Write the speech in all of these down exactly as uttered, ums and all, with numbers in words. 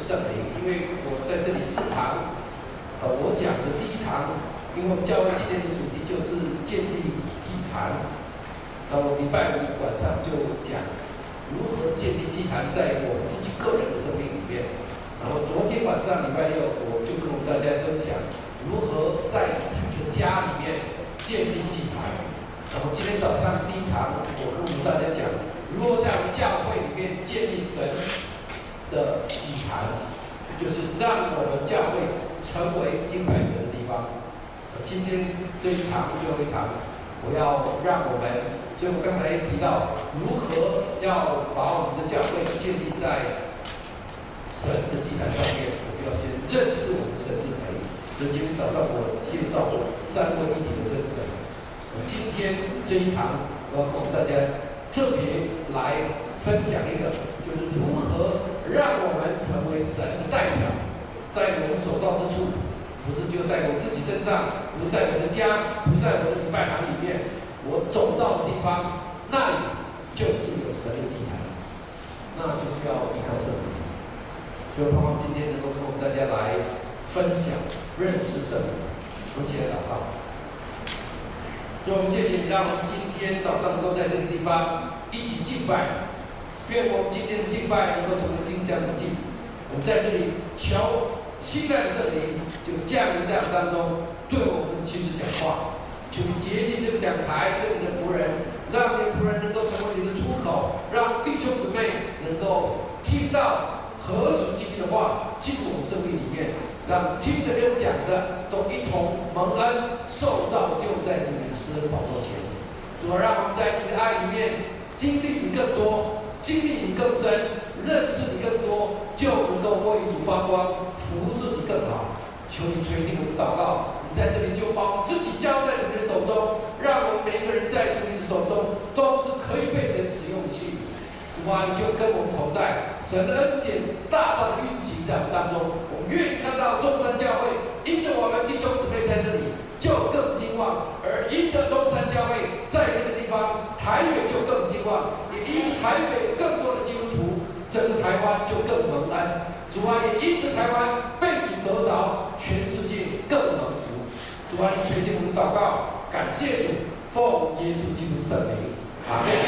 圣灵，因为我在这里四堂，呃，我讲的第一堂，因为我们教会今天的主题就是建立祭坛，那我礼拜五晚上就讲如何建立祭坛在我们自己个人的生命里面。然后昨天晚上礼拜六，我就跟我们大家分享如何在自己的家里面建立祭坛。然后今天早上第一堂，我跟我们大家讲如何在我们教会里面建立神的祭坛，就是让我们教会成为敬拜神的地方。今天这一堂最后一堂，我要让我们，所以我刚才提到如何要把我们的教会建立在神的祭坛上面，我们要先认识我们神是谁。所以今天早上我介绍我三位一体的真神。今天这一堂，我要跟我们大家特别来分享一个，就是如何让我们成为神的代表，在我们所到之处，不是就在我自己身上，不是在我的家，不是在我的礼拜堂里面，我走到的地方，那里就是有神的祭坛，那就是要依靠圣灵。所以盼望今天能够跟我们大家来分享认识圣灵。我们一起来祷告。所以我们谢谢你，让我们今天早上能够在这个地方一起敬拜。愿我们今天的敬拜能够成为馨香之祭。我们在这里求亲爱的圣灵就降临在我们当中，对我们亲自讲话。求你洁净这个讲台，对你的仆人，让你的仆人能够成为你的出口，让弟兄姊妹能够听到合主心意的话进入我们生命里面，让听的跟讲的都一同蒙恩，受造就在主你的施恩宝座前。主啊，让我们在你的爱里面经历你更多，经历你更深，认识你更多，就能够为主发光，服侍你更好。求你垂听我们祷告，你在这里就把我们自己交在主你的手中，让我们每一个人在主你的手中都是可以被神使用的器皿。主啊，你就跟我们同在，神的恩典大大的运行在我们当中。我们愿意看到中山教会因着我们弟兄姊妹在这里就更兴旺，而因着中山教会在这个地方，台北就更兴旺，也因着台北更多的基督徒，整个台湾就更蒙恩。主啊，也因着台湾被主得着，全世界更蒙福。主啊，你垂听我们祷告，感谢主，奉耶稣基督圣名，阿门。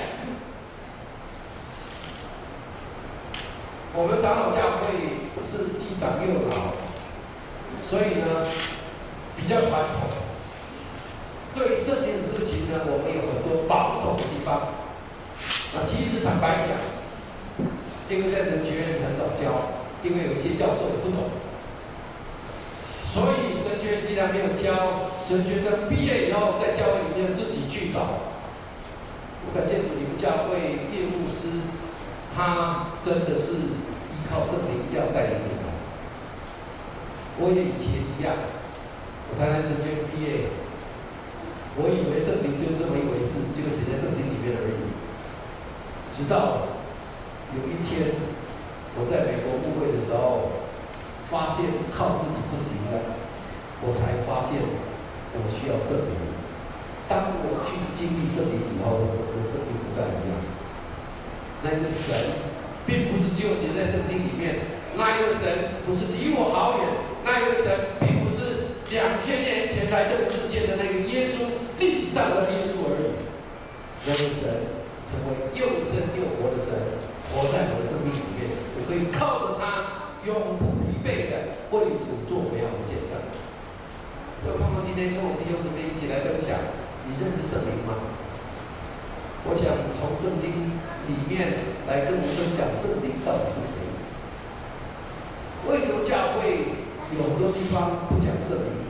我们长老教会是既长又老，所以呢比较传统。对圣经的事情呢，我们有很多保守的地方。那其实坦白讲，因为在神学院很早教，因为有一些教授也不懂，所以神学院既然没有教，神学生毕业以后在教会里面自己去找。我感谢主，你们教会叶牧师，他真的是依靠圣灵要带领你们。我也以前一样，我台南神学院毕业，我以为圣灵就这么一回事，就写在圣经里面而已。直到有一天，我在美国牧会的时候，发现靠自己不行了，我才发现我需要圣灵。当我去经历圣灵以后，我整个生命不再一样。那一位神，并不是只有写在圣经里面，那一位神不是离我好远，那一位神并不是两千年前来这个世界的那个耶稣，历史上的耶稣而已。那位神成为又真又活的神，活在我的生命里面，我可以靠着他，永不疲惫的为主做美好的见证。我盼望今天跟我弟兄姊妹一起来分享，你认识圣灵吗？我想从圣经里面来跟我们分享圣灵到底是谁。为什么教会有很多地方不讲圣灵？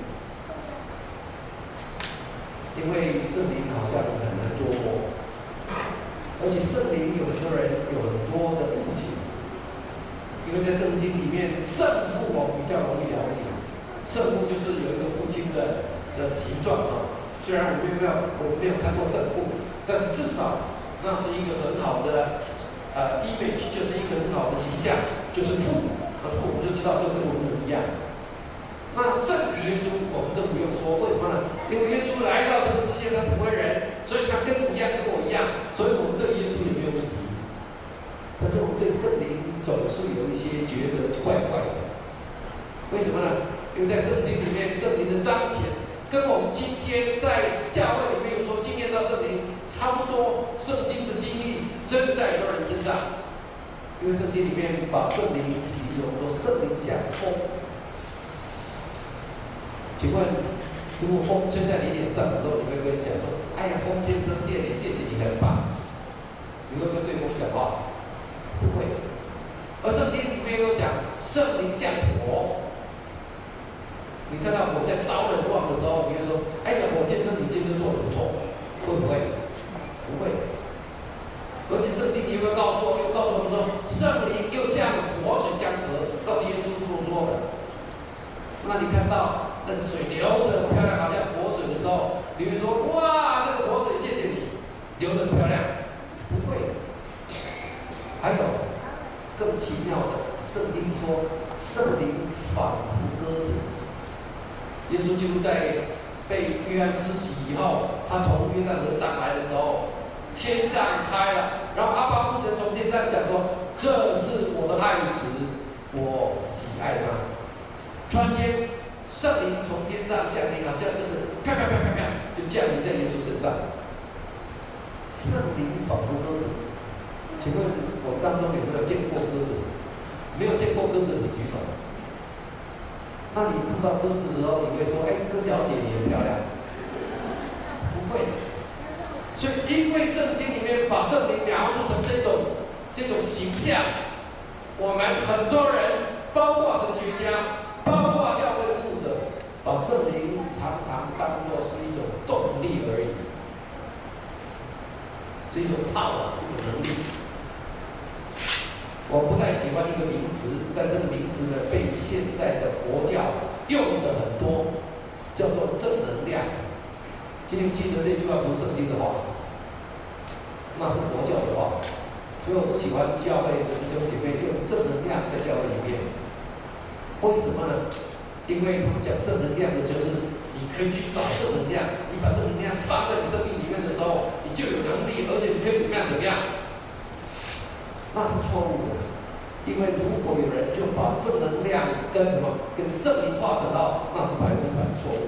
因为圣灵好像很难捉摸。而且圣灵有很多人有很多的误解，因为在圣经里面，圣父我们比较容易了解，圣父就是有一个父亲的的形状啊。虽然我们没有我们没有看过圣父，但是至少那是一个很好的呃 image， 就是一个很好的形象，就是父，那父我们就知道这跟我们一样。那圣子耶稣我们更不用说，为什么呢？因为耶稣来到这个世界，他成为人，所以他跟你一样，跟我一样，所以我们对耶稣也没有问题。 但是我们对圣灵总是有一些觉得怪怪的，为什么呢？因为在圣经里面，圣灵的彰显跟我们今天在教会里面有说经验到圣灵差不多，圣经的经历真的在很多人身上。因为圣经里面把圣灵形容说圣灵像风，请问，如果风吹在你脸上的时候，你会不会讲说：“哎呀，风先生，谢谢你，谢谢你，很棒。”你会不会对风讲话？不会。而圣经里面又讲圣灵像火，你看到火在烧得很旺的时候，你会说：“哎呀，火先生，你今天做得不错。”会不会？不会。而且圣经里面告诉我，又告诉我们说，圣灵又像活水江河，那是耶稣所说的。那你看到那个水流得很漂亮，好像活水的时候，你会说：“哇，这个活水，谢谢你，流得很漂亮。”不会。还有更奇妙的，圣经说，圣灵仿佛鸽子。耶稣基督在被约翰施洗以后，他从约旦河上来的时候，天上开了，然后阿爸父神从天上讲说：“这是我的爱子，我喜爱他。”突然间，圣灵从天上降临，好像就是啪啪啪啪啪，就降临在耶稣身上。圣灵仿佛鸽子，请问我们当中有没有见过鸽子？没有见过鸽子的请举手。那你碰到鸽子的时候，你会说：“哎，鸽小姐，你很漂亮。”不会。所以，因为圣经里面把圣灵描述成这种这种形象，我们很多人，包括神学家，包括教会的牧者，把圣灵常常当作是一种动力而已，是一种 power， 一种能力。我不太喜欢一个名词，但这个名词呢，被现在的佛教用的很多，叫做正能量。今天记得这句话不是圣经的话，那是佛教的话，所以我不喜欢教会的弟兄姐妹用正能量在教会里面。为什么呢？因为他们讲正能量的就是你可以去找正能量，你把正能量放在你生命里面的时候，你就有能力，而且你可以怎么样怎么样，那是错误的。因为如果有人就把正能量跟什么跟圣灵化等到，那是百分之百的错误。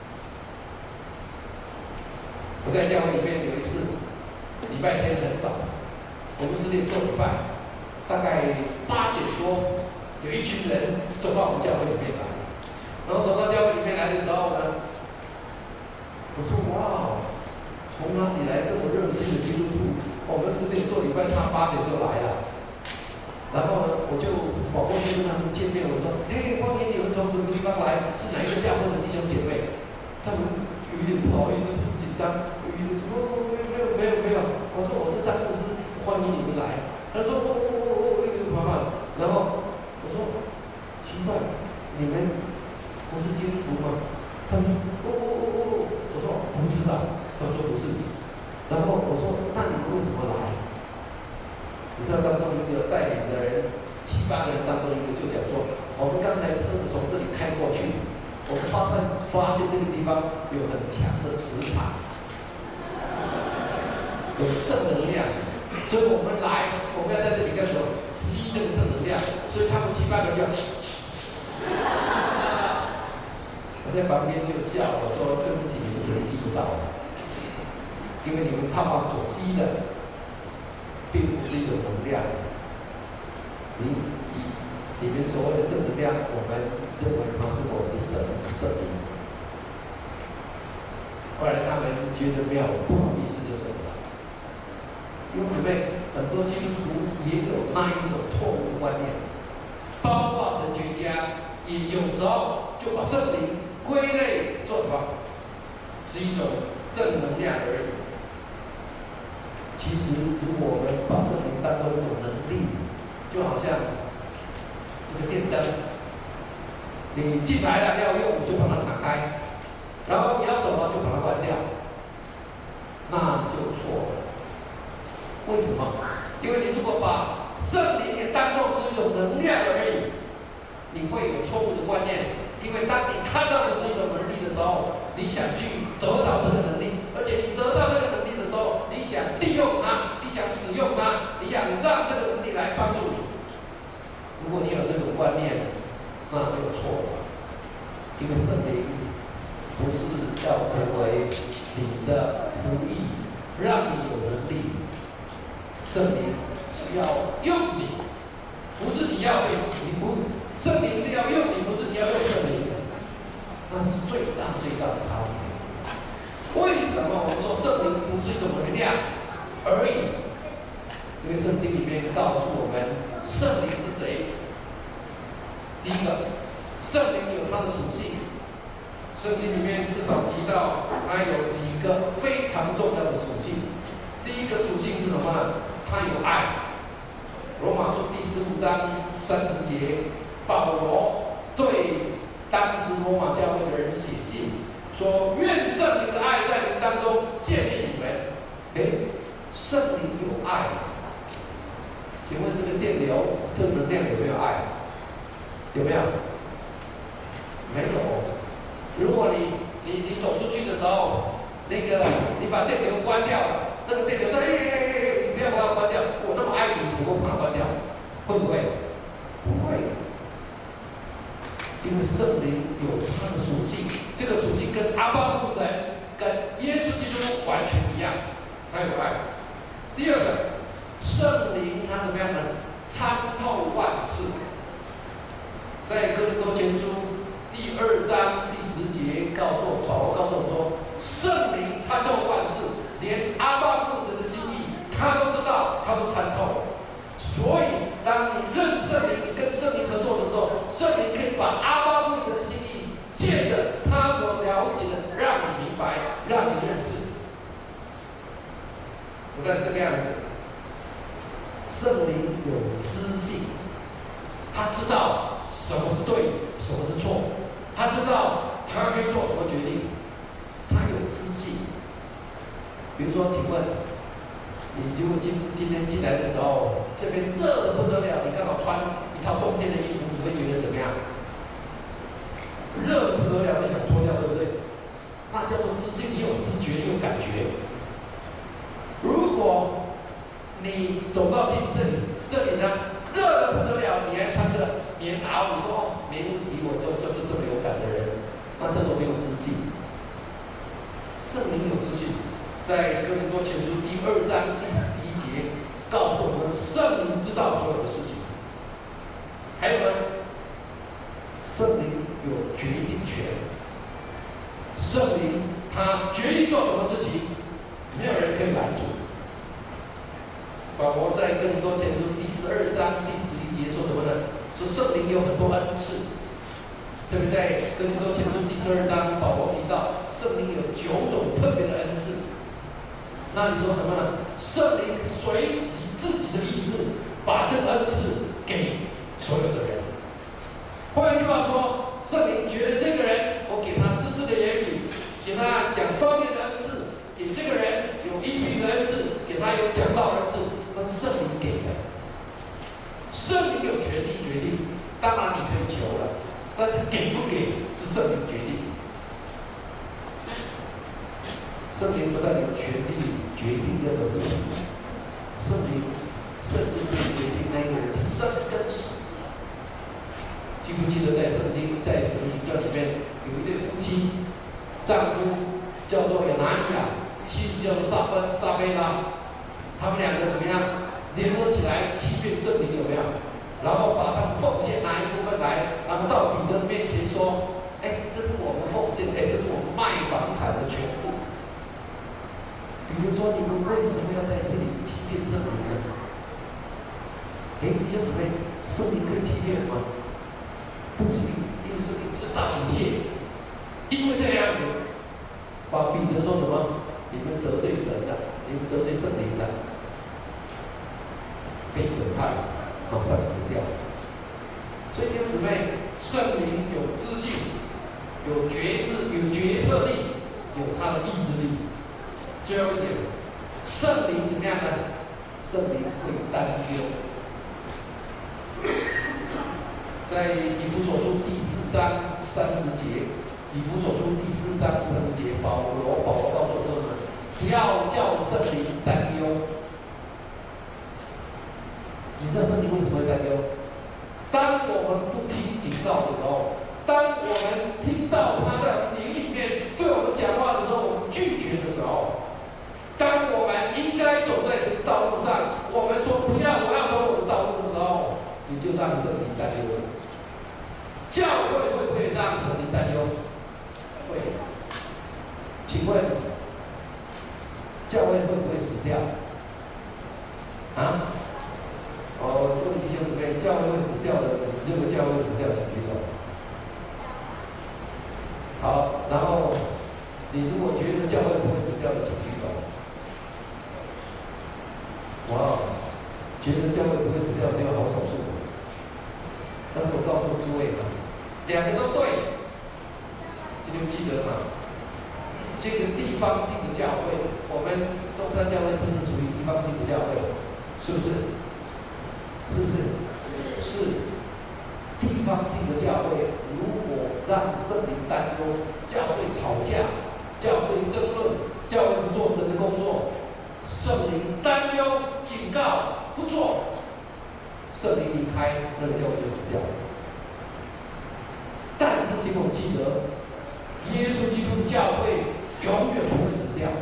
我在教会里面有一次，礼拜天很早，我们十点做礼拜，大概八点多，有一群人走到我们教会里面来，然后走到教会里面来的时候呢，我说：“哇，从哪里来这么热心的基督徒？我们十点做礼拜，他八点就来了。”然后呢，我就跑过去跟他们见面，我说：“嘿，欢迎你们从什么地方来？是哪一个教会的弟兄姐妹？”他们有点不好意思，不紧张，有点说：“没有没有没有没有。”我说：“我是张牧师，欢迎你们来。”他说：“我我我我我我妈妈。”然后我说：“奇怪，你们不是基督徒吗？”他们说：“我我我我我。”我说：“不是的。”他说：“不是。”然后我说：“那你们为什么来？”你知道当中一个带领的人，七八个人当中一个就讲说：“我们刚才车子从这里开过去，我们发现发现这个地方有很强的磁场，有正能量，所以我们来，我们要在这里干什么？吸这个正能量。所以他们七八个人就，我在旁边就笑，我说：对不起，你们可能吸不到，因为你们盼望所吸的。”并不是一种能量，你你你们所谓的正能量，我们认为它是我们的神，是圣灵。后来他们觉得没有不好意思，就走了。因为姊妹，很多基督徒也有那一种错误的观念，包括神学家也有时候就把圣灵归类做什么，是一种正能量而已。其实，如果我们把圣灵当作一种能力，就好像这个电灯，你进来了要用，就把它打开，然后你要走了就把它关掉，那就错了。为什么？因为你如果把圣灵也当作是一种能量而已，你会有错误的观念。因为当你看到这是一种能力的时候，你想去得到这个能力，而且你得到这个能力的时候，你想利用它，你想使用它，你想让这个能力来如果你有这种观念，那就错了。因为圣灵不是要成为你的仆役，让你有能力。圣灵是要用你，不是你要用，你不，圣灵是要用你，不是你要用圣灵的。那是最大最大的差别。为什么我们说圣灵不是一种能量而已？因为圣经里面告诉我们，圣灵是谁？第一个，圣灵有它的属性。圣经里面至少提到，它有几个非常重要的属性。第一个属性是什么呢？它有爱。罗马书第十五章三十节，保罗对当时罗马教会的人写信，说：“愿圣灵的爱在你们当中建立你们。”哎，圣灵有爱。请问这个电流、这个能量有没有爱？有没有？没有。如果你你你走出去的时候，那个你把电流关掉了，那个电流说：“哎哎哎哎，你不要把它关掉，我那么爱你，怎么把它关掉？”会不会？不会。因为圣灵有它的属性，这个属性跟阿爸父神、跟耶稣基督完全一样，他有爱。第二个，圣灵它怎么样呢？参透万事。在哥林多前书第二章第十节告诉我，保罗告诉我们说，圣灵参透万事，连阿爸父神的心意他都知道，他都参透。所以，当你认识圣灵，你跟圣灵合作的时候，圣灵可以把阿爸父神的心意，借着他所了解的，让你明白，让你认识。不但这个样子，圣灵有知性，他知道什么是对，什么是错，他知道他可以做什么决定，他有知性。比如说，请问，你如果今今天进来的时候，这边热得不得了，你刚好穿一套冬天的衣服，你会觉得怎么样？热得不得了，你想脱掉，对不对？那叫做知性，你有知觉，你有感觉。如果你走到进这里，这里呢热得不得了，你还穿着棉袄，你说哦没问题，我就就是这么有感的人，那这种没有自信。圣灵有自信，在哥林多前书第二章第十一节告诉我们，圣灵知道所有的事情。还有呢，圣灵有决定权，圣灵他决定做什么事情，没有人可以拦阻。保罗在哥林多前书第十二章第十一节说什么呢？说圣灵有很多恩赐，特别在哥林多前书第十二章，保罗提到圣灵有九种特别的恩赐。那你说什么呢？圣灵随己自己的意志，把这个恩赐给所有的人。换一句话说，圣灵觉得这个人，我给他知识的言语，给他讲方言的恩赐，给这个人有英语的恩赐，给他有讲道的恩赐，那是圣灵给的。圣灵有权利决定，当然你可以求了，但是给不给是圣灵决定。圣灵不但有权利决定任何事情，圣灵甚至可以决定那个人的生跟死。记不记得在圣经在使徒行传里面有一对夫妻，丈夫叫做亚拿尼亚，妻子叫做撒芬撒菲拉，他们两个怎么样联合起来欺骗圣灵，有没有？然后把他们奉献拿一部分来，然后到彼得面前说：“哎，这是我们奉献，哎，这是我们卖房产的全部。”比如说，你们为什么要在这里欺骗圣灵呢？哎，弟兄姊妹，圣灵可以欺骗吗？不行，因为圣灵知道一切。因为这样子，把彼得说什么？你们得罪神了，你们得罪圣灵了，被审判，马上死掉。所以弟兄姊妹，圣灵有知性，有觉知，有决策力，有他的意志力。最后一点，圣灵怎么样呢？圣灵会担忧。在以弗所书第四章三十节，以弗所书第四章三十节，保罗保罗告诉我们，不要叫圣灵担忧。你知道圣灵为什么会担忧？当知道的时候，当我们听到他在灵里面对我们讲话的时候，我们拒绝的时候，当我们应该走在什么道路上，我们说不要，我要走我的道路的时候，你就让圣灵担忧了。教会会不会让圣灵担忧？会。请问，教会会不会死掉？啊？哦，问题就是被教会会死掉的，如果教会死掉，请举手。好，然后你如果觉得教会不会死掉的，请举手。哇，觉得教会不会死掉，只有好少数。但是我告诉诸位啊，两个都对，这就记得嘛。这个地方性的教会，我们中山教会是不是属于地方性的教会？是不是？是不是？是。地方性的教会，如果让圣灵担忧，教会吵架，教会争论，教会不做神的工作，圣灵担忧、警告，不做，圣灵离开，那个教会就死掉了。但是请我们记得，耶稣基督的教会永远不会死掉。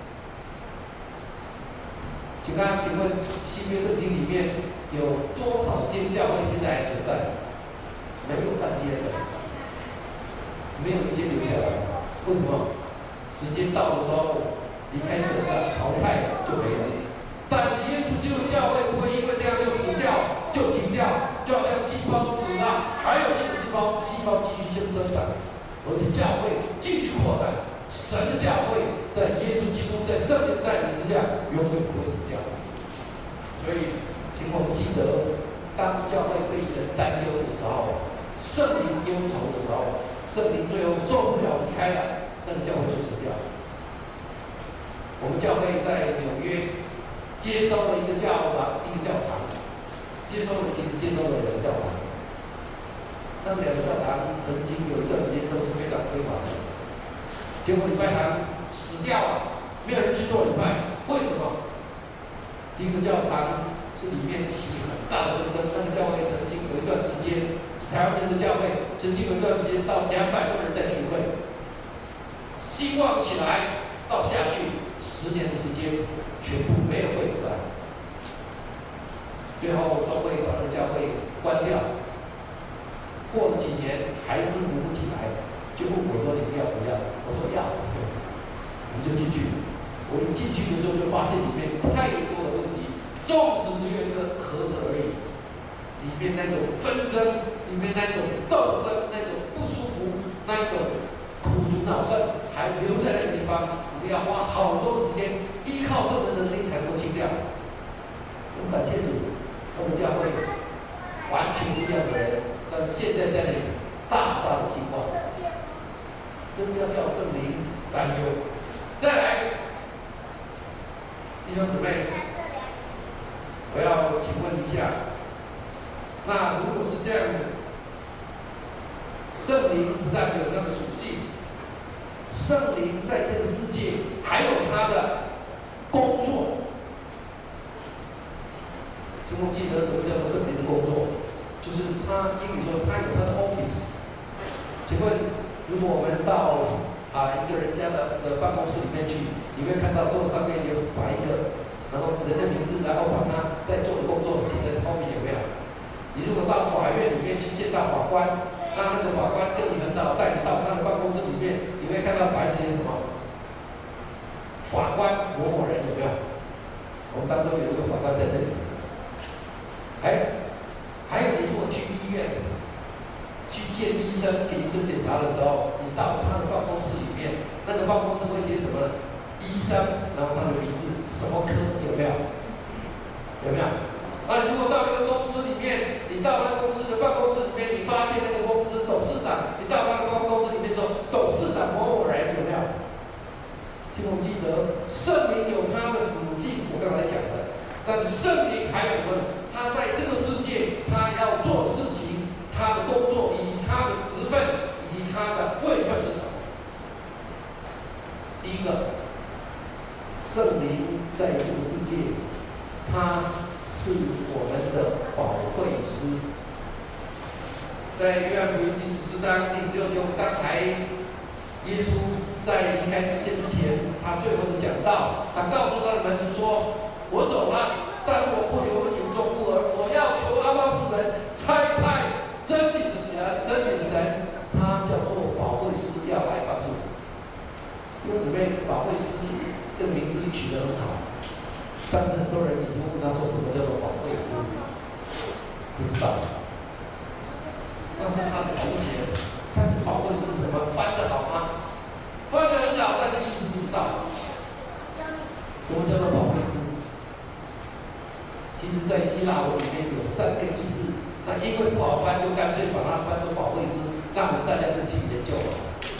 请看，请问新约圣经里面有多少间教会现在还存在？没有半间的，没有一间留下来。为什么？时间到的时候，离开神的淘汰就没了。但是耶稣基督教会不会因为这样就死掉，就停掉，就好像细胞死了，还有新的细胞，细胞继续生生长，而且教会继续扩展。神的教会在耶稣基督在圣灵带领之下，永远不会死掉。所以，请我们记得，当教会被神担忧的时候，圣灵忧愁的时候，圣灵最后受不了离开了，那个教会就死掉了。我们教会在纽约接收了一个教堂，一个教堂，接收了其实接收了两个教堂。那两个教堂曾经有一段时间都是非常辉煌的，结果礼拜堂死掉了，没有人去做礼拜，为什么？第一个教堂是里面起很大的纷争，那个教会曾经有一段时间，台湾人的教会曾经有一段时间到两百多人在聚会，兴旺起来到下去，十年的时间全部没有会转，最后都会把那个教会关掉。过了几年还是扶不起来，就问我说：“你们要不要？”我说：“要。”我们就进去。我一进去的时候就发现里面太多的问题，纵使只有一个盒子而已，里面那种纷争，里面那种斗争，那种不舒服，那一种苦毒恼恨还留在那个地方，我们要花好多时间，依靠圣人的能力才能够清掉。我们感谢主，我们教会完全不一样的人，但是现在在那里大大的兴旺，真的要叫圣灵担忧。再来，弟兄姊妹，我要请问一下，那如果是这样子，圣灵不但有这样的属性，圣灵在这个世界还有他的工作。请我们记得什么叫做圣灵的工作？就是他英语说他有他的 office。请问，如果我们到啊，一个人家的的办公室里面去，你会看到桌子上面有摆一个，然后人的名字，然后把他在做的工作写在后面，有没有？你如果到法院里面去见到法官，那那个法官跟你很好，带你到他的办公室里面，你会看到白写什么？法官某某人，有没有？我们当中有一个法官在这里。哎，还有你如果去医院。去见医生，给医生检查的时候，你到他的办公室里面，那个办公室会写什么？医生，然后他的名字，什么科，有没有？有没有？那你如果到那个公司里面，你到那个公司的办公室里面，你发现那个公司董事长，你到那个办公室里面说，董事长某某人，有没有？请我们记得，圣灵有他的属性，我刚才讲的，但是圣灵还有什么？他在这个世界，他要做的事情。他的工作以及他的职分以及他的位分是什么？第一个，圣灵在这个世界，他是我们的保惠师。 在约翰福音第十四章第十六节，刚才耶稣在离开世界之前，他最后的讲道，他告诉他的门徒说：“我走了，但是我不留你们做孤儿，我要求阿爸父神差派真理的神，真理的神，他叫做保惠师，要来帮助你。”弟兄姊妹，保惠师这个名字取得很好，但是很多人你问他说什么叫做保惠师，不知道。那是他的头衔，但是保惠师是什么？翻得好吗？翻得很好，但是意思不知道。什么叫做保惠师？其实，在希腊文里面有三个意思。那因为不好翻，就干脆把它翻作保惠师，让我们大家自己去研究了。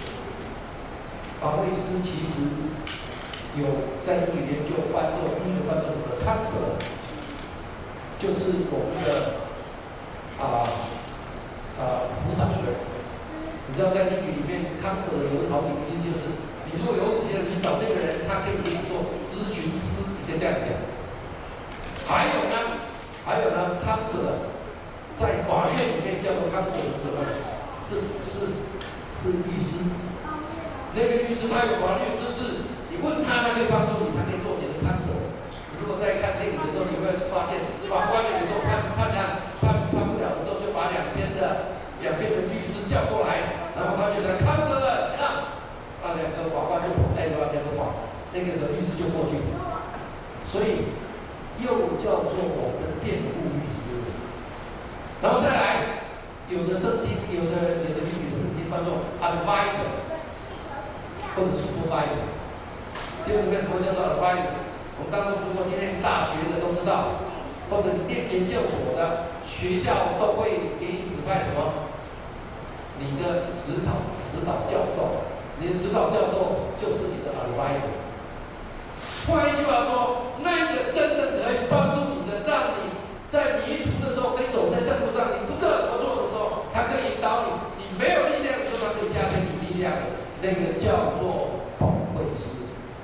保惠师其实有在英语里面就翻作第一个翻作什么 ？counselor， 就是我们的啊。呃，辅导人，你知道在英语里面 ，counselor 有好几个意思，就是你如果有问题了，你找这个人，他可以给你做咨询师，你可以这样讲。还有呢，还有呢 ，counselor 在法院里面叫做 counselor 是什么？是是是律师。那个律师他有法律知识，你问他，他可以帮助你，他可以做你的 counselor。你如果在看电影的时候，你会发现法官有时候判判案判判不了的时候，就把两边的两边的律师叫过来，然后他就在 counselor come， 那两个法官就跑哎，两个法，那个时候律师就过去，所以又叫做我们的辩护律师。然后再来，有的圣经，有的有的英语的圣经翻作 advisor 或者 supervisor。弟兄姊妹，什么叫做 advisor？我们当中如果你念大学的都知道，或者念研究所的学校都会给你指派什么？你的指导指导教授，你的指导教授就是你的 advisor。换一句话说，那个真的可以帮助你的，让你在迷途的时候可以走在正路上，你不知道怎么做的时候，他可以引导你；你没有力量的时候，他可以加给你力量的，那个叫做保惠师。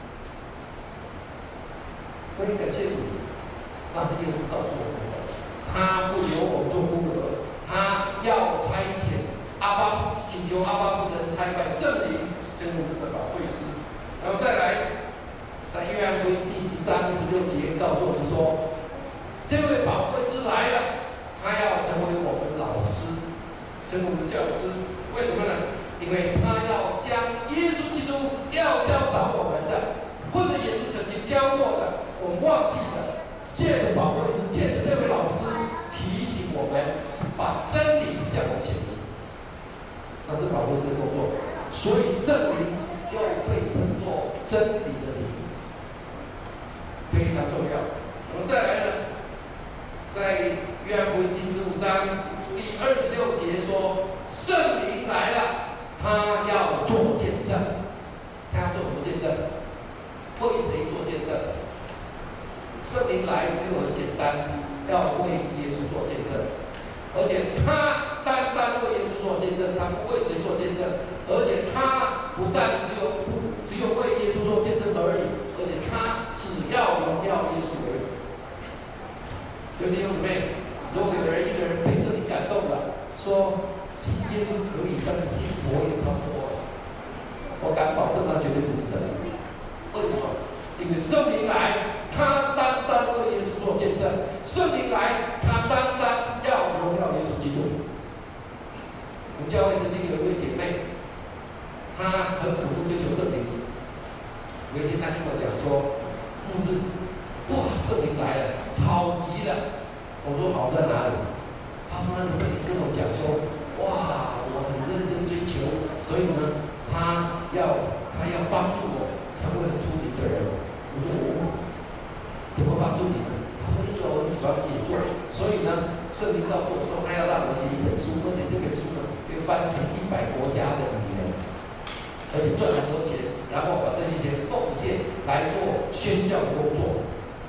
所以感谢主，那是耶稣告诉我们的，他不留我们做孤儿，他要差遣阿爸父，请求阿爸父神差派圣灵成为我们的保惠师。然后再来，在约翰福音第十章十六节告诉我们说，这位保惠师来了，他要成为我们老师，成为我们教师。为什么呢？因为他要将耶稣基督要教导我们的，或者耶稣曾经教过的。我们忘记了，借着保惠师，借着这位老师提醒我们，把真理向我显明，那是保惠师的工作。所以圣灵又被称作真理的灵，非常重要。我们再来呢，在约翰福音第十五章第二十六节说，圣灵来了，他要做见证，他要做什么见证？为谁做见证？圣灵来只有很简单，要为耶稣做见证，而且他单单为耶稣做见证，他不为谁做见证，而且他不但只有不只有为耶稣做见证而已，而且他只要荣耀耶稣而已。有弟兄姊妹，如果有人一个人被圣灵感动了，说信耶稣可以，但是信佛也差不多了，我敢保证他绝对不是圣灵。为什么？因为圣灵来，他单单为耶稣做见证；圣灵来，他单单要荣耀耶稣基督。我们教会曾经有一位姐妹，她很苦读追求圣灵。有一天她跟我讲说：“牧师，哇，圣灵来了，好极了。”我说：“好在哪里？”她说：“那个圣灵跟我讲说，哇，我很认真追求，所以呢，他要他要帮助我成为很出名的人。”我说：“我怎么帮助你呢？”他说：“因为我很喜欢写作，所以呢，圣灵告诉我说，他要让我写一本书，而且这本书呢会翻成一百国家的语言，而且赚很多钱，然后把这些钱奉献来做宣教的工作。”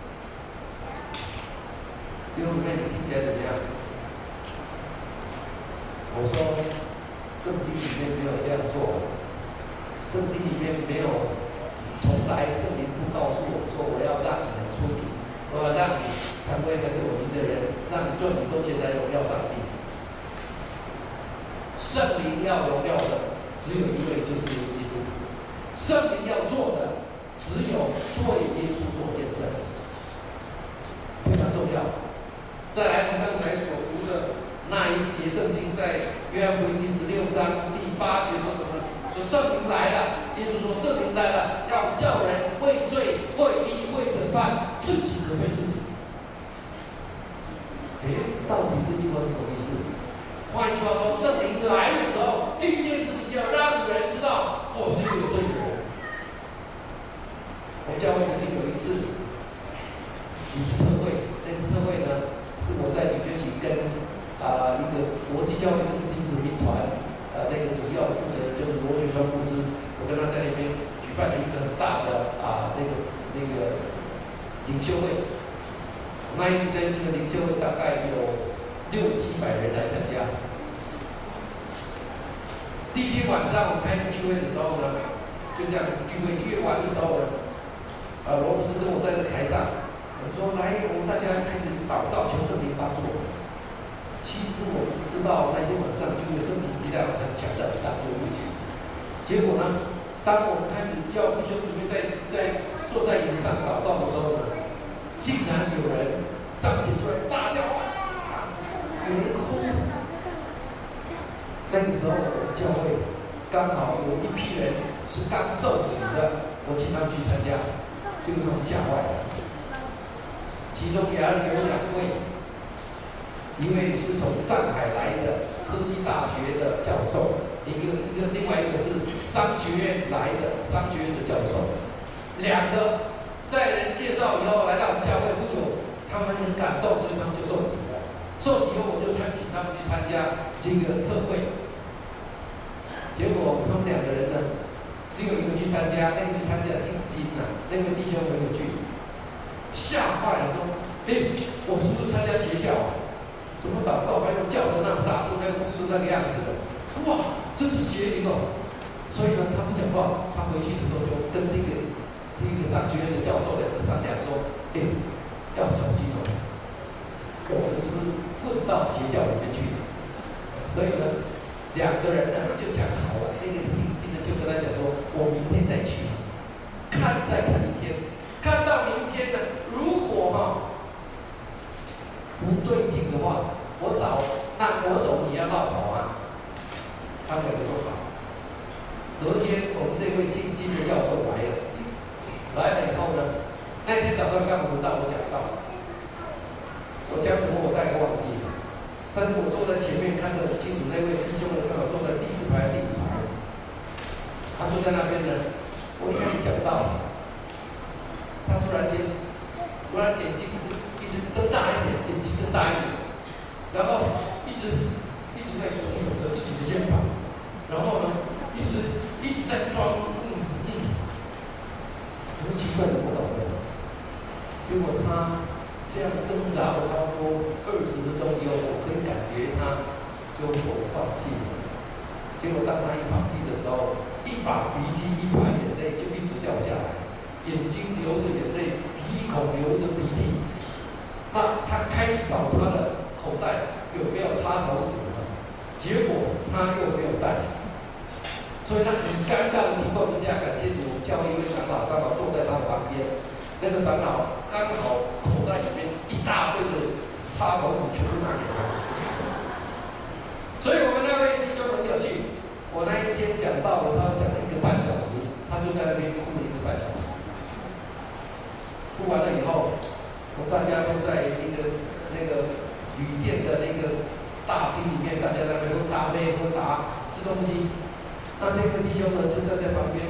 弟兄姊妹，听起来怎么样？我说，圣经里面没有这样做，圣经里面没有。从来圣灵不告诉我说，我要让你很出名，我要让你成为很有名的人，让你赚很多钱来荣耀上帝。 圣灵要荣耀的只有一位，就是耶稣基督。圣灵要做的只有为耶稣做见证，非常重要。再来，我们刚才所读的那一节圣经，在约翰福音第十六章第八节说什么呢？说圣灵来了，耶稣说圣灵来了，要叫人为罪、为义、为审判，自己指挥自己。哎，到底这句话是什么意思？换句话说，圣灵来的时候，第一件事情要让人知道我是一个有罪的人。我们教会曾经有一次一次特会，那次特会呢，是我在纽约区跟啊、呃、一个国际教会跟新子民团呃那个主要负责人就是罗学川牧师，我跟他在那边举办了一个很大的啊、呃、那个那个领袖会。那一那次的领袖会大概有六七百人来参加。第一天晚上我们开始聚会的时候呢，就这样聚会聚会完的时候呢，呃，罗牧师跟我在这台上，我说来，我们大家开始祷告求圣灵帮助我们。其实我们知道那天晚上聚会圣灵力量很强在我们当中运行。结果呢，当我们开始叫弟兄姊妹在在坐在椅子上祷告的时候呢，竟然有人彰显出来大叫啊，有人哭。那个时候我们教会刚好有一批人是刚受洗的，我请他们去参加，结果他们吓坏了。其中也有两位，一位是从上海来的科技大学的教授，一个一个另外一个是商学院来的商学院的教授，两个。在人介绍以后来到我们教会不久，他们很感动，所以他们就受洗了。受洗以后，我就参请他们去参加这个特会。结果他们两个人呢，只有一个去参加，那个去参加姓金啊，那个弟兄没有去，吓坏了，说：“哎，我不是参加邪教啊，怎么祷告还有叫的那么大声，还有哭的那个样子的，哇，真是邪灵哦！”所以呢，他不讲话，他回去的时候就跟这个。这一个商学院的教授两个商量说：“哎，要小心哦，我们是不是混到邪教里面去了？”所以呢，两个人呢就讲好了，那个姓金的就跟他讲说：“我明天再去，看再看一天，看到明天呢，如果哈、哦、不对劲的话，我找那我走你要绕跑啊。”他们两个说好。隔天我们这位姓金的教授来了。来了以后呢，那天早上刚轮到我讲道，我讲什么我大概忘记了，但是我坐在前面看得很清楚，那位弟兄呢刚好坐在第四排第五排，他坐在那边呢，我一开始讲道，他突然间，突然眼睛一直一直瞪大一点，眼睛瞪大一点，然后一直一直在耸耸着自己的肩膀，然后呢，一直一直在装。很奇怪，怎么搞的？结果他这样挣扎了差不多二十分钟以后，我可以感觉他就我放弃了。结果当他一放弃的时候，一把鼻涕一把眼泪就一直掉下来，眼睛流着眼泪，鼻孔流着鼻涕。那他开始找他的口袋有没有擦手纸呢？结果他又没有带。所以他很尴尬的情况之下，感谢主，教会一位长老刚好坐在他的旁边，那个长老刚好口袋里面一大堆的擦手纸全部拿给他。所以我们那位弟兄很有趣，我那一天讲到了，他讲了一个半小时，他就在那边哭了一个半小时。哭完了以后，我们大家都在那个那个旅店的那个大厅里面，大家在那边喝咖啡、喝茶、吃东西。那这个弟兄呢，就站在旁边，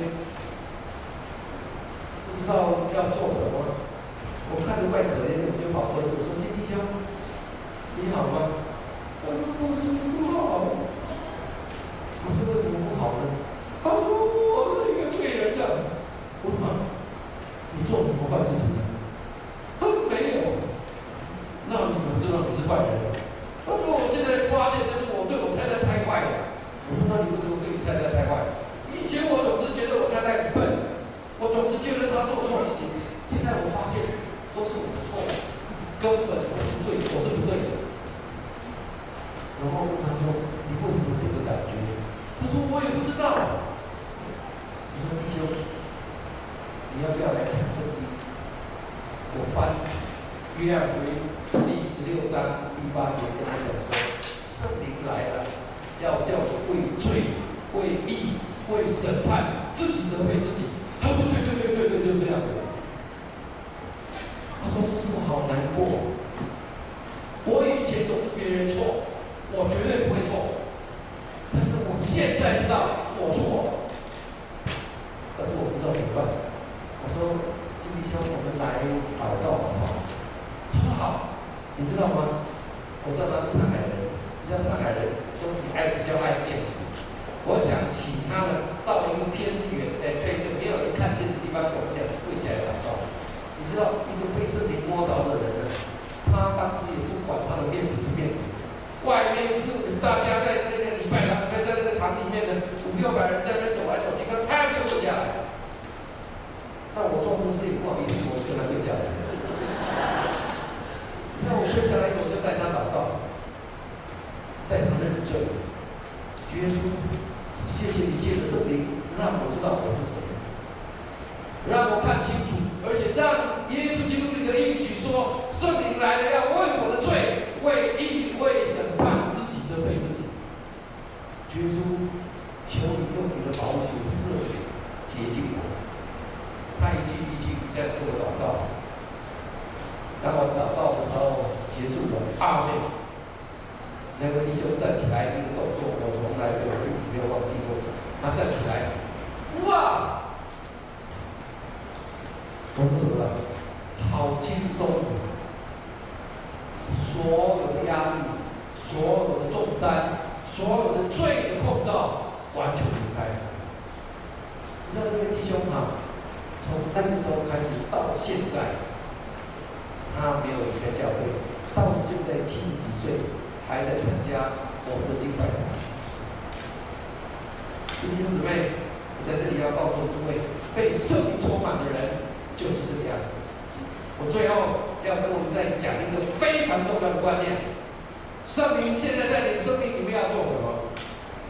不知道要做什么。我看着怪可怜的，我就跑过去，我说：“金弟兄，你好吗？”他说：“我是不好。”我说：“为什么不好呢？”他说：“我是一个罪人的。”我说：“你做什么坏事情呢？”他说：“没有。”那你怎么知道你是坏人？他说：“我现在发现这是我对我太太太坏了。”我说：“那你为什么对你太太太坏？以前我总是觉得我太太很笨，我总是觉得她做错事情。现在我发现都是我的错，根本我是对，我是不对的。”然后问他说：“你为什么这个感觉？” 他说我也不知道。我说弟兄，你要不要来看圣经？我翻约翰福音第十六章第八节跟他讲说，圣灵来了，要叫你为罪、为义、为审判，自己责备自己。他说对对对对对，就这样的。他说我好难过，我以前都是别人错，我绝对不会错，但是我现在知道我错了，但是我不知道怎么办。我说金弟兄，我们来祷告好不好？他说好。你知道吗？我知道他是上海人，你知道上海人都比爱比较爱面子。我想请他们到一个偏远、哎，一个没有人看见的地方，我们两个跪起来祷告。你知道，一个被圣灵摸着的人呢，他当时也不管他的面子不面子，外面是大家在那个礼拜堂，在那个堂里面呢，五六百人在那边走来走去，他啪就跪下来。那我做牧师也不好意思，我跟他跪下来。那我跪下来以后，我就带他祷告，带他认罪。主耶稣，谢谢你借着圣灵，让我知道我是谁，让我看清楚，而且让耶稣基督里的应许说，圣灵来了要为我的罪、为义、为审判自己责备自己。主耶稣，求你用你的宝血赦免洁净我。他一句一句这样跟我祷告。当我祷告的时候结束了，阿门。那位弟兄站起来，一个动作我从来没有没有忘记过。他站起来，哇！我们怎么了？好轻松，所有的压力、所有的重担、所有的罪的控告，完全离开。你知道这位弟兄哈，从那个时候开始到现在。他没有离开教会，到现在七十几岁，还在参加我们的敬拜团。弟兄姊妹，我在这里要告诉诸位，被圣灵充满的人就是这个样子。我最后要跟我们再讲一个非常重要的观念：圣灵现在在你生命里面要做什么？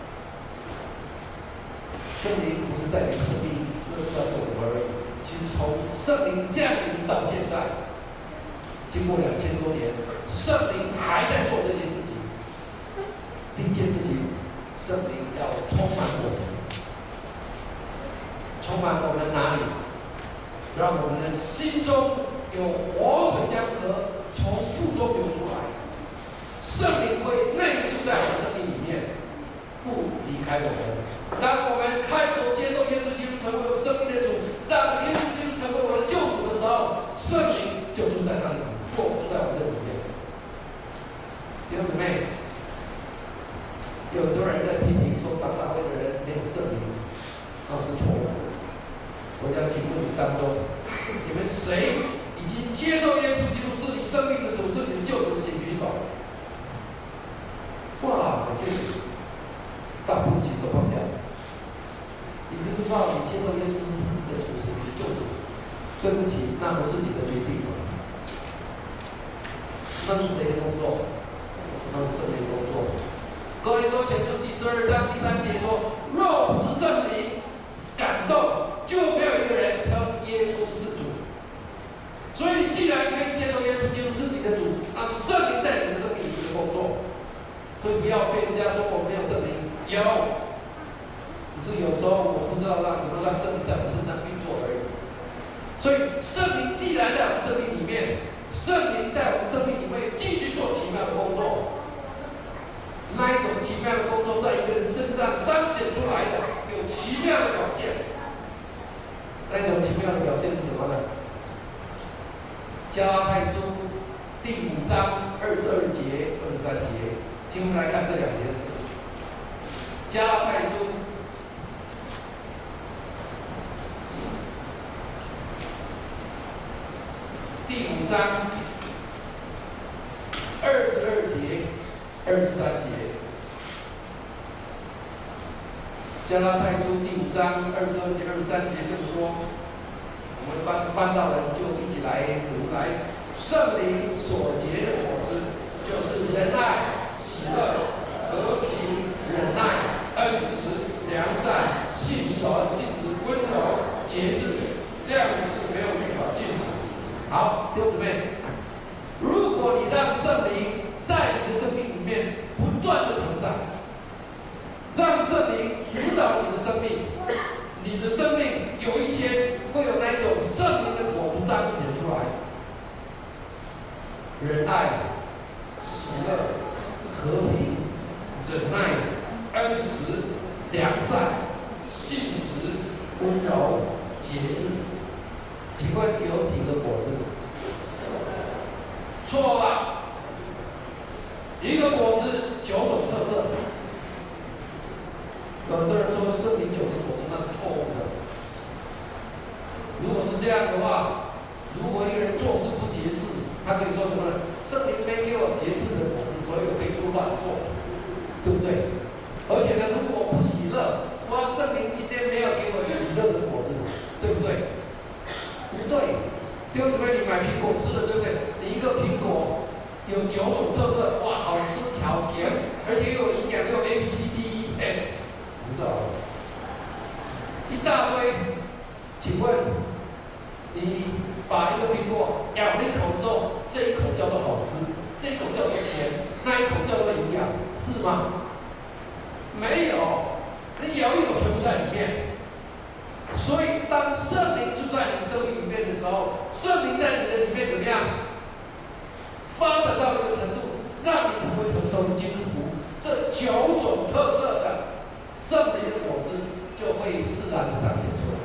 圣灵不是在你生命知道做什么而已，其实从圣灵降临到现在。经过两千多年，圣灵还在做这件事情。第一件事情，圣灵要充满我们，充满我们哪里？让我们的心中有活水江河从腹中流出来。圣灵会内住在我们生命里面，不离开我们。当我们开口接受耶稣基督成为我生命的主，让耶稣基督成为我的救主的时候，圣灵就住在那里。住在我们的里面，弟兄姊妹，有很多人在批评说长大会的人没有圣灵，那是错误的。我想请问你当中，你们谁已经接受耶稣基督是你生命的主，是你的救主，请举手。哇，感谢主，大部分举手放下。你知不知道你接受耶稣是你的主，是你的救主？对不起，那不是你的决定。那是谁的工作？那是圣灵的工作。哥林多前书第十二章第三节说：“若不是圣灵感动，就没有一个人称耶稣是主。”所以，既然可以接受耶稣基督是你的主，那是圣灵在你的生命里面的工作。所以，不要被人家说我没有圣灵，有，只是有时候我不知道让怎么让圣灵在我们身上运作而已。所以，圣灵既然在我们生命里面。圣灵在我们生命里会继续做奇妙的工作，那一种奇妙的工作在一个人身上彰显出来的，有奇妙的表现。那一种奇妙的表现是什么呢？加拉太书第五章二十二节、二十三节，请我们来看这两件事。加拉太书第五章二十二节、二十三节，加拉太书第五章二十二节、二十三节这么说，我们翻翻到了，就一起来读来。圣灵所结的果子，就是仁爱、喜乐、和平、忍耐、恩慈、 良善、信守、信实、温柔、节制，这样是没有律法禁止。好，弟兄姊妹，如果你让圣灵在你的生命里面不断的成长，让圣灵主导你的生命，你的生命有一天会有那一种圣灵的果子彰显出来，仁爱、喜乐、和平、忍耐、恩慈、良善、信实、温柔、节制。请问有几个果子？错了，一个果子九种特色。有的人说圣灵九个果子那是错误的。如果是这样的话，如果一个人做事不节制，他可以说什么呢？圣灵没给我节制的果子，所以我可以都乱做，对不对？而且呢，如果我不喜乐，哇，圣灵今天没有给我喜乐的果子，对不对？不对，弟兄姊妹，你买苹果吃了，对不对？你一个苹果有九种特色，哇，好吃、好甜，而且又有营养，又有 A B C D E X， 不知道，一大堆。请问，你把一个苹果咬了一口之后，这一口叫做好吃，这一口叫做甜，那一口叫做营养，是吗？没有，你咬一口全部在里面。所以，当圣灵住在你生命里面的时候，圣灵在你的里面怎么样？发展到一个程度，让你成为成熟的基督徒，这九种特色的圣灵的果子就会自然的彰显出来。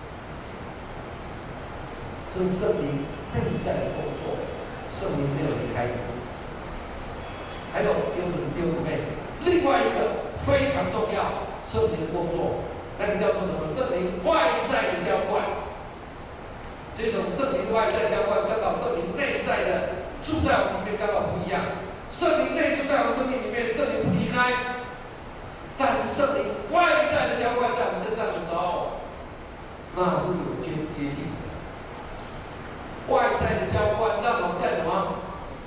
这是圣灵内在的工作，圣灵没有离开你。还有弟兄弟兄姊妹，另外一个非常重要，圣灵的工作。那个叫做什么？圣灵外在的浇灌。这种圣灵外在浇灌，刚好圣灵内在的住在我们里面刚好不一样。圣灵内住在我们生命里面，圣灵不离开。但是圣灵外在的浇灌在我们身上的时候，那是有间接性的。外在的浇灌让我们干什么？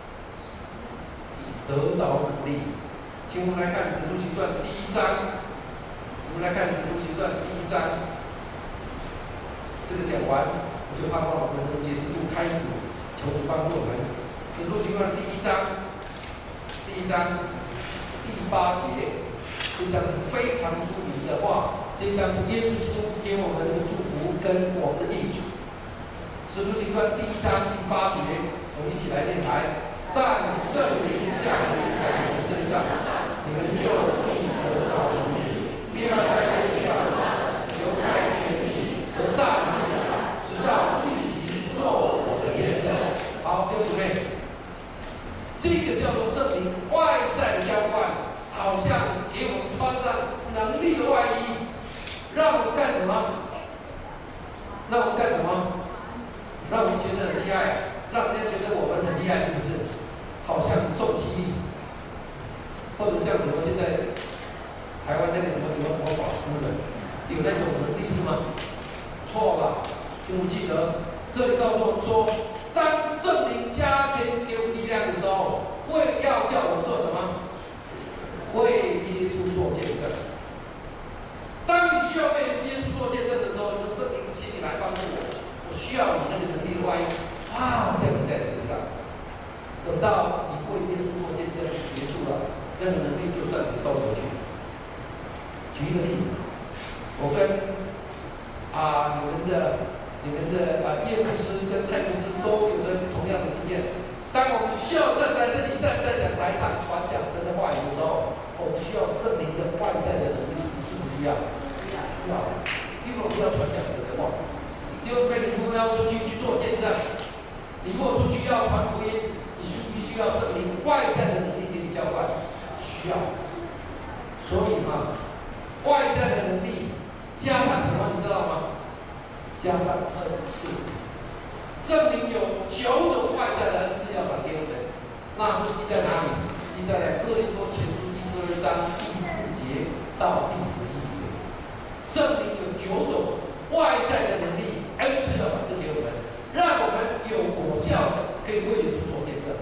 得着能力。请我们来看《使徒行传》第一章。我们来看《使徒行传》第一章，这个讲完，我就盼望我们能结束，就开始求主帮助我们。《使徒行传》第一章，第一章第八节，这章是非常出名的话，这章是耶稣基督给我们的祝福跟我们的应许。《使徒行传》第一章第八节，我们一起来念来。但圣灵降临在你们身上，你们就必得着能力。必要在天上有开权力和善力，直到地极做我的见证。好，弟兄姊妹，这个叫做圣灵外在的浇灌，好像给我们穿上能力的外衣，让我们干什么？让我们干什么？让我们觉得很厉害，让人家觉得我们很厉害，是不是？好像受激励，或者像什么现在。台湾那个什么什么什么法师的，有那种能力是吗？错了，请记得，这里告诉我们说，当圣灵加添给我们力量的时候，为要叫我们做什么？为耶稣做见证。当你需要为耶稣做见证的时候，就圣灵请你来帮助我，我需要你那个能力的外衣，哇，降临在你身上。等到你为耶稣做见证结束了，那个能力就暂时收回去。举一个例子，我跟啊你们的、你们的啊叶牧师跟蔡牧师都有了同样的经验。当我们需要站在这里、站在讲台上传讲神的话语的时候，我们需要圣灵的外在的能力，是不是需要？需要，因为我们要传讲神的话。因为你如果要出去去做见证，你如果出去要传福音，你需必须要圣灵外在的能力给你浇灌，需要。所以嘛。外在的能力加上什么，你知道吗？加上恩赐。圣灵有九种外在的恩赐要传给我们，那是记在哪里？记在哥林多前书第十二章第四节到第十一节。圣灵有九种外在的能力，恩赐要传给我们，让我们有果效的可以为耶稣做见证。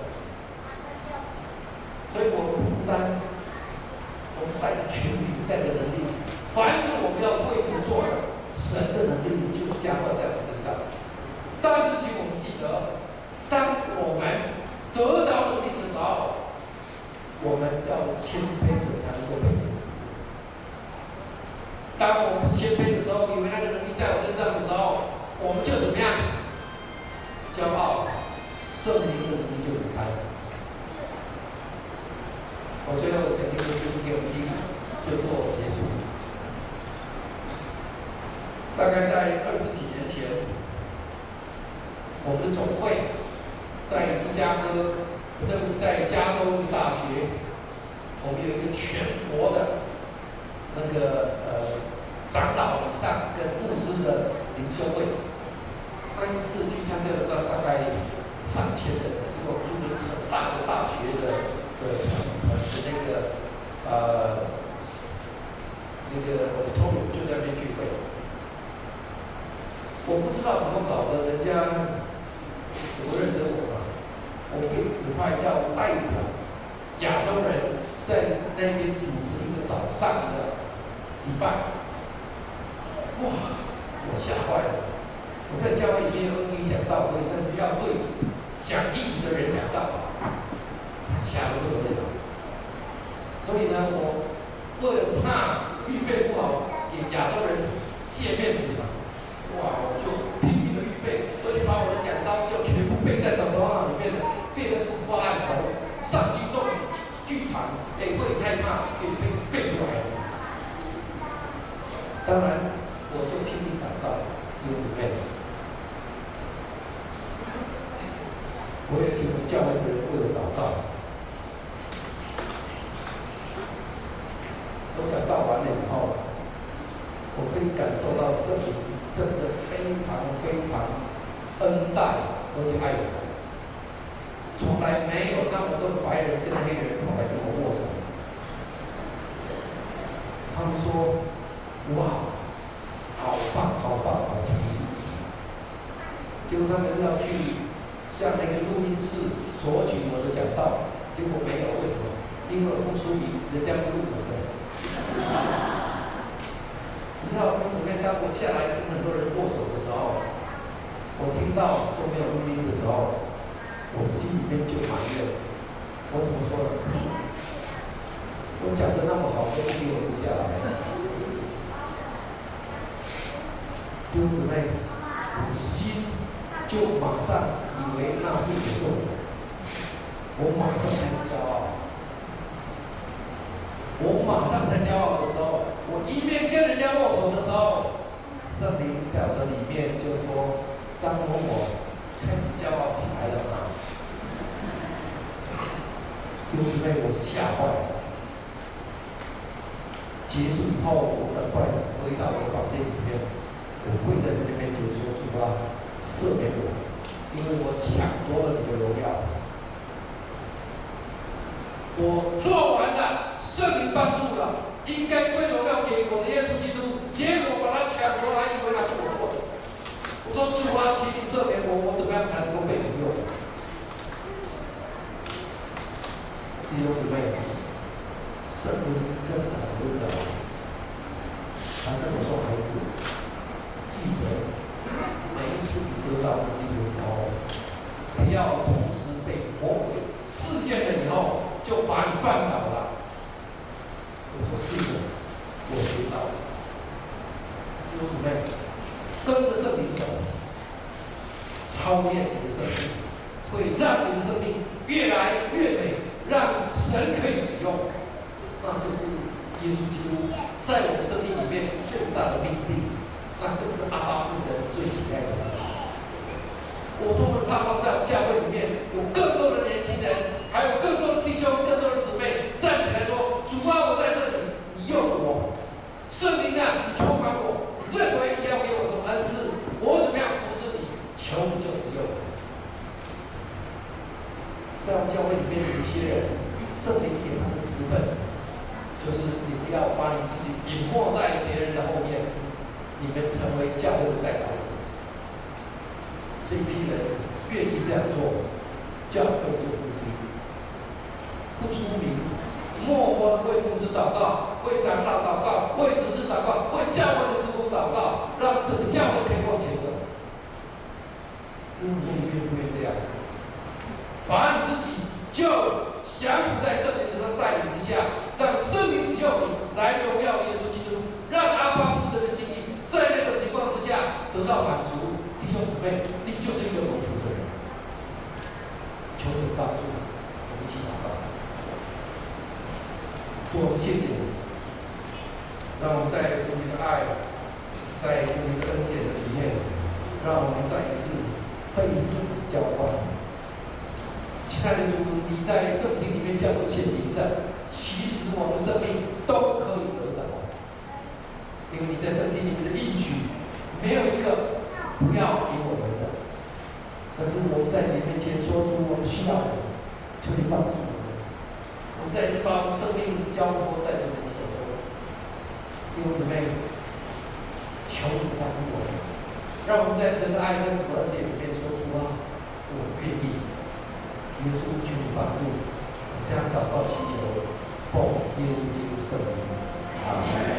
所以我们不单我们带着权柄，带着能力。 凡是我们要为神做的，神的能力就加灌在我们身上。但是，请我们记得，当我们得着能力的时候，我们要谦卑的才能够被神使用。当我们不谦卑的时候，以为那个能力在我身上的时候，我们就怎么样？骄傲，圣灵的能力就离开了。我最后讲一个故事给我们听，就做结束。大概在二十几年前，我们的总会在芝加哥，特别是在加州的大学，我们有一个全国的那个呃长老以上跟牧师的灵修会。那一次去参加的时候，大概上千人，因为我住了很大的大学的的的那个呃那个 auditorium 就在那边聚会。我不知道怎么搞的，人家怎么认得我嘛？我被指派要代表亚洲人在那边组织一个早上的礼拜。哇！我吓坏了。我在教会里面用英语讲道可以，但是要对讲英语的人讲道，吓得不得了。所以呢，我为了怕预备不好给亚洲人泄面子嘛，哇，我就拼命的预备，而且把我的讲章要全部背在头脑里面的，背得滚瓜烂熟。上去纵使剧场，哎，会害怕，也背背出来了。当然，我就拼命祷告，有准备。我也请我们教会的人为我祷告。我讲道完了以后，我可以感受到圣灵真的非常非常恩待而且爱我。从来没有那么多白人跟黑人跑来跟我握手。他们说：“哇，好棒，好棒，好强势！”结果他们要去向那个录音室索取我的讲道，结果没有，为什么？因为我不出名，人家不录我的。你知道，同姊妹，当我下来跟很多人握手的时候，我听到都没有录音的时候，我心里面就埋怨，我怎么说呢？我讲的那么好，都不给我录下来。弟兄姊妹，我的心就马上以为那是有用的，我马上开始骄傲。我马上才骄傲的时候，我一面跟人家握手的时候，圣灵在我的里面就说：“张某某开始骄傲起来了嘛。”弟兄姊妹，我吓坏了。结束以后，我赶快回到我房间里面，我跪在神的面前说：“主啊，赦免我，因为我抢夺了你的荣耀。我做完了，圣灵帮助了，应该归荣耀给我的耶稣基督，结果把它抢夺来，以为那是我做的。我说主啊，请你赦免我，我怎么样才能够被你用？”弟兄姊妹，圣灵真的很温柔。他跟我说：“孩子，记得每一次你得到能力的时候，不要同时被魔鬼试验了以后，就把你绊倒了。”我说：“是的，我学到了。”弟兄姊妹，跟着圣灵走，操练你的生命，会让你的生命越来越美，让神可以使用。那就是耶稣基督在我们生命里面最大的命令，那更是阿爸父神最喜爱的事情。我多么盼望在我们教会里面有更多的年轻人，还有更多的弟兄、更多的姊妹站起来说：“主啊，我在这里，你用我，圣灵啊，你充满我，你认为你要给我什么恩赐，我怎么样服侍你，求你就使用。”在我们教会里面有一些人，圣灵给他们的职分，就是你不要把你自己隐没在别人的后面，你们成为教会的代祷者。这一批人愿意这样做，教会就复兴。不出名，默默的为牧师祷告，为长老祷告，为执事祷告， 来荣耀耶稣基督，让阿爸父神的心意在那种情况之下得到满足。弟兄姊妹，你就是一个蒙福的人。求神帮助，我们一起祷告。主，谢谢你，让我们在主你的爱，在主你的恩典的里面，让我们再一次被圣灵浇灌。亲爱的主，你在圣经里面向我显明的，其实我们生命都可以得着，因为你在圣经里面的应许，没有一个不要给我们的。但是我们在你面前说出我们需要的，求你帮助我们。我们再一次把我们生命交托在主你手中。弟兄姊妹，求主帮助我们，让我们在神的爱跟主的恩典里面说出啊，我愿意。耶稣，求你帮助，这样祷告祈求，奉耶稣基督圣名，阿门。